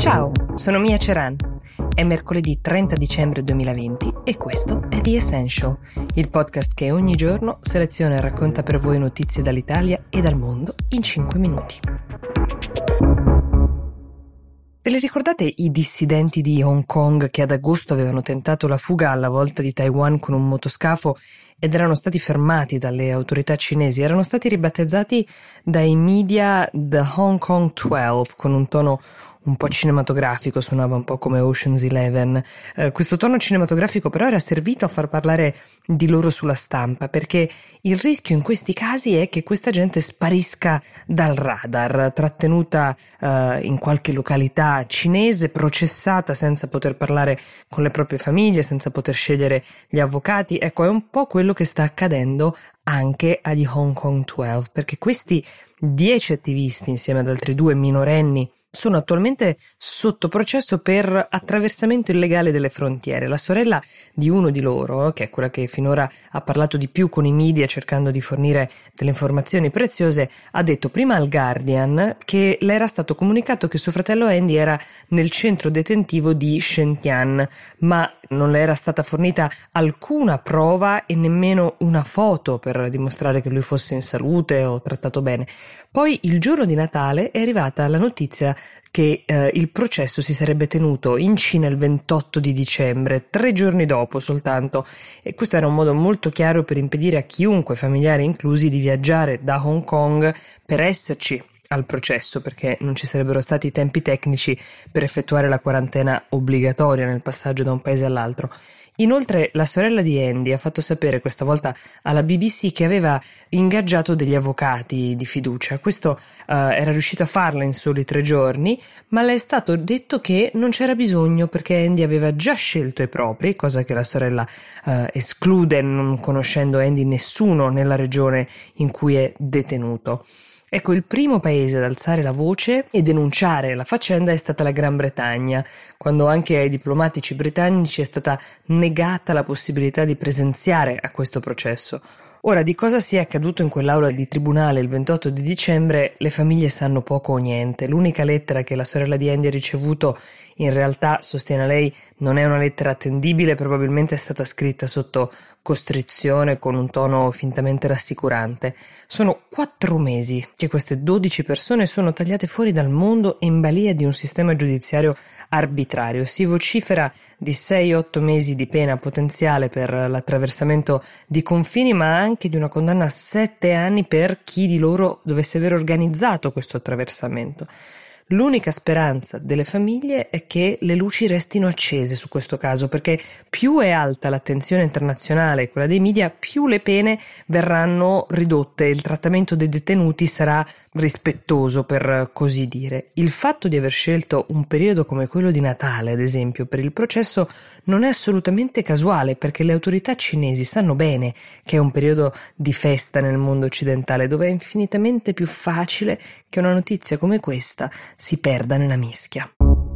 Ciao, sono Mia Ceran. È mercoledì 30 dicembre 2020 e questo è The Essential, il podcast che ogni giorno seleziona e racconta per voi notizie dall'Italia e dal mondo in 5 minuti. Ve le ricordate i dissidenti di Hong Kong che ad agosto avevano tentato la fuga alla volta di Taiwan con un motoscafo ed erano stati fermati dalle autorità cinesi? Erano stati ribattezzati dai media The Hong Kong 12 con un tono un po' cinematografico, suonava un po' come Ocean's 11. Questo tono cinematografico però era servito a far parlare di loro sulla stampa, perché il rischio in questi casi è che questa gente sparisca dal radar, trattenuta in qualche località cinese, processata senza poter parlare con le proprie famiglie, senza poter scegliere gli avvocati. Ecco, è un po' quello che sta accadendo anche agli Hong Kong 12, perché questi 10 attivisti, insieme ad altri 2 minorenni, sono attualmente sotto processo per attraversamento illegale delle frontiere. La sorella di uno di loro, che è quella che finora ha parlato di più con i media cercando di fornire delle informazioni preziose, ha detto prima al Guardian che le era stato comunicato che suo fratello Andy era nel centro detentivo di Shentian, ma non le era stata fornita alcuna prova e nemmeno una foto per dimostrare che lui fosse in salute o trattato bene. Poi il giorno di Natale è arrivata la notizia che il processo si sarebbe tenuto in Cina il 28 di dicembre, 3 giorni dopo soltanto, e questo era un modo molto chiaro per impedire a chiunque, familiari inclusi, di viaggiare da Hong Kong per esserci al processo, perché non ci sarebbero stati i tempi tecnici per effettuare la quarantena obbligatoria nel passaggio da un paese all'altro. Inoltre la sorella di Andy ha fatto sapere questa volta alla BBC che aveva ingaggiato degli avvocati di fiducia. Questo era riuscito a farlo in soli 3 giorni, ma le è stato detto che non c'era bisogno perché Andy aveva già scelto i propri, cosa che la sorella esclude, non conoscendo Andy nessuno nella regione in cui è detenuto. Ecco, il primo paese ad alzare la voce e denunciare la faccenda è stata la Gran Bretagna, quando anche ai diplomatici britannici è stata negata la possibilità di presenziare a questo processo. Ora, di cosa sia accaduto in quell'aula di tribunale il 28 di dicembre le famiglie sanno poco o niente. L'unica lettera che la sorella di Andy ha ricevuto, in realtà, sostiene lei, non è una lettera attendibile, probabilmente è stata scritta sotto costrizione con un tono fintamente rassicurante. Sono 4 mesi che queste 12 persone sono tagliate fuori dal mondo e in balia di un sistema giudiziario arbitrario. Si vocifera di 6-8 mesi di pena potenziale per l'attraversamento di confini, ma anche di una condanna a 7 anni per chi di loro dovesse aver organizzato questo attraversamento. L'unica speranza delle famiglie è che le luci restino accese su questo caso, perché più è alta l'attenzione internazionale e quella dei media, più le pene verranno ridotte, il trattamento dei detenuti sarà rispettoso, per così dire. Il fatto di aver scelto un periodo come quello di Natale, ad esempio, per il processo non è assolutamente casuale, perché le autorità cinesi sanno bene che è un periodo di festa nel mondo occidentale, dove è infinitamente più facile che una notizia come questa si perda nella mischia.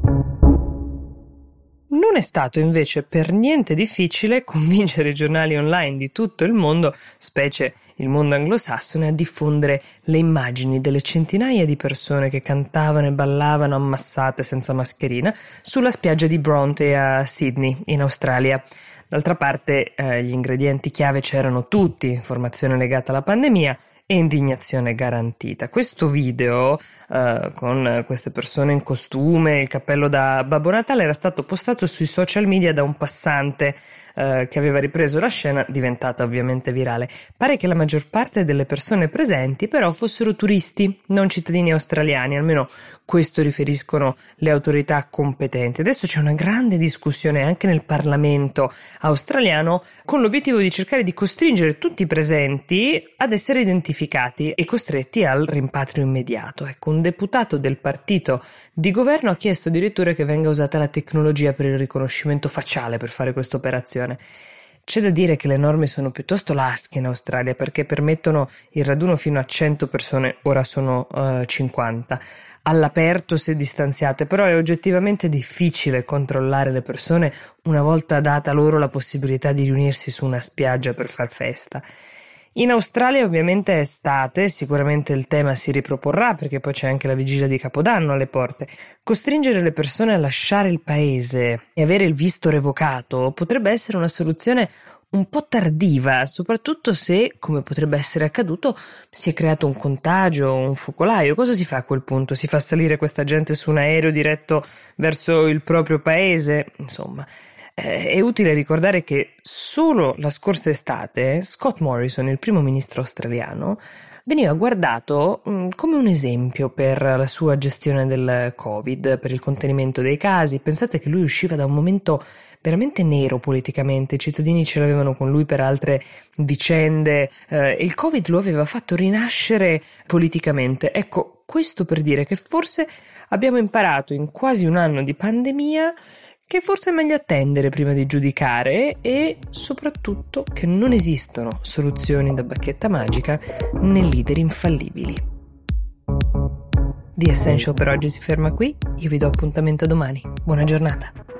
Non è stato invece per niente difficile convincere i giornali online di tutto il mondo, specie il mondo anglosassone, a diffondere le immagini delle centinaia di persone che cantavano e ballavano ammassate senza mascherina sulla spiaggia di Bronte a Sydney, in Australia. D'altra parte, gli ingredienti chiave c'erano tutti: informazione legata alla pandemia e indignazione garantita. Questo video con queste persone in costume, il cappello da Babbo Natale, era stato postato sui social media da un passante che aveva ripreso la scena, diventata ovviamente virale. Pare che la maggior parte delle persone presenti però fossero turisti, non cittadini australiani, almeno questo riferiscono le autorità competenti. Adesso c'è una grande discussione anche nel Parlamento australiano con l'obiettivo di cercare di costringere tutti i presenti ad essere identificati e costretti al rimpatrio immediato. Ecco, un deputato del partito di governo ha chiesto addirittura che venga usata la tecnologia per il riconoscimento facciale per fare questa operazione. C'è da dire che le norme sono piuttosto lasche in Australia, perché permettono il raduno fino a 100 persone, ora sono 50. All'aperto, se distanziate, però è oggettivamente difficile controllare le persone una volta data loro la possibilità di riunirsi su una spiaggia per far festa. In Australia ovviamente è estate, sicuramente il tema si riproporrà perché poi c'è anche la vigilia di Capodanno alle porte. Costringere le persone a lasciare il paese e avere il visto revocato potrebbe essere una soluzione un po' tardiva, soprattutto se, come potrebbe essere accaduto, si è creato un contagio, un focolaio. Cosa si fa a quel punto? Si fa salire questa gente su un aereo diretto verso il proprio paese? Insomma, è utile ricordare che solo la scorsa estate Scott Morrison, il primo ministro australiano, veniva guardato come un esempio per la sua gestione del Covid, per il contenimento dei casi. Pensate che lui usciva da un momento veramente nero politicamente, i cittadini ce l'avevano con lui per altre vicende e il Covid lo aveva fatto rinascere politicamente. Ecco, questo per dire che forse abbiamo imparato in quasi un anno di pandemia che forse è meglio attendere prima di giudicare e soprattutto che non esistono soluzioni da bacchetta magica né leader infallibili. The Essential per oggi si ferma qui, io vi do appuntamento domani. Buona giornata.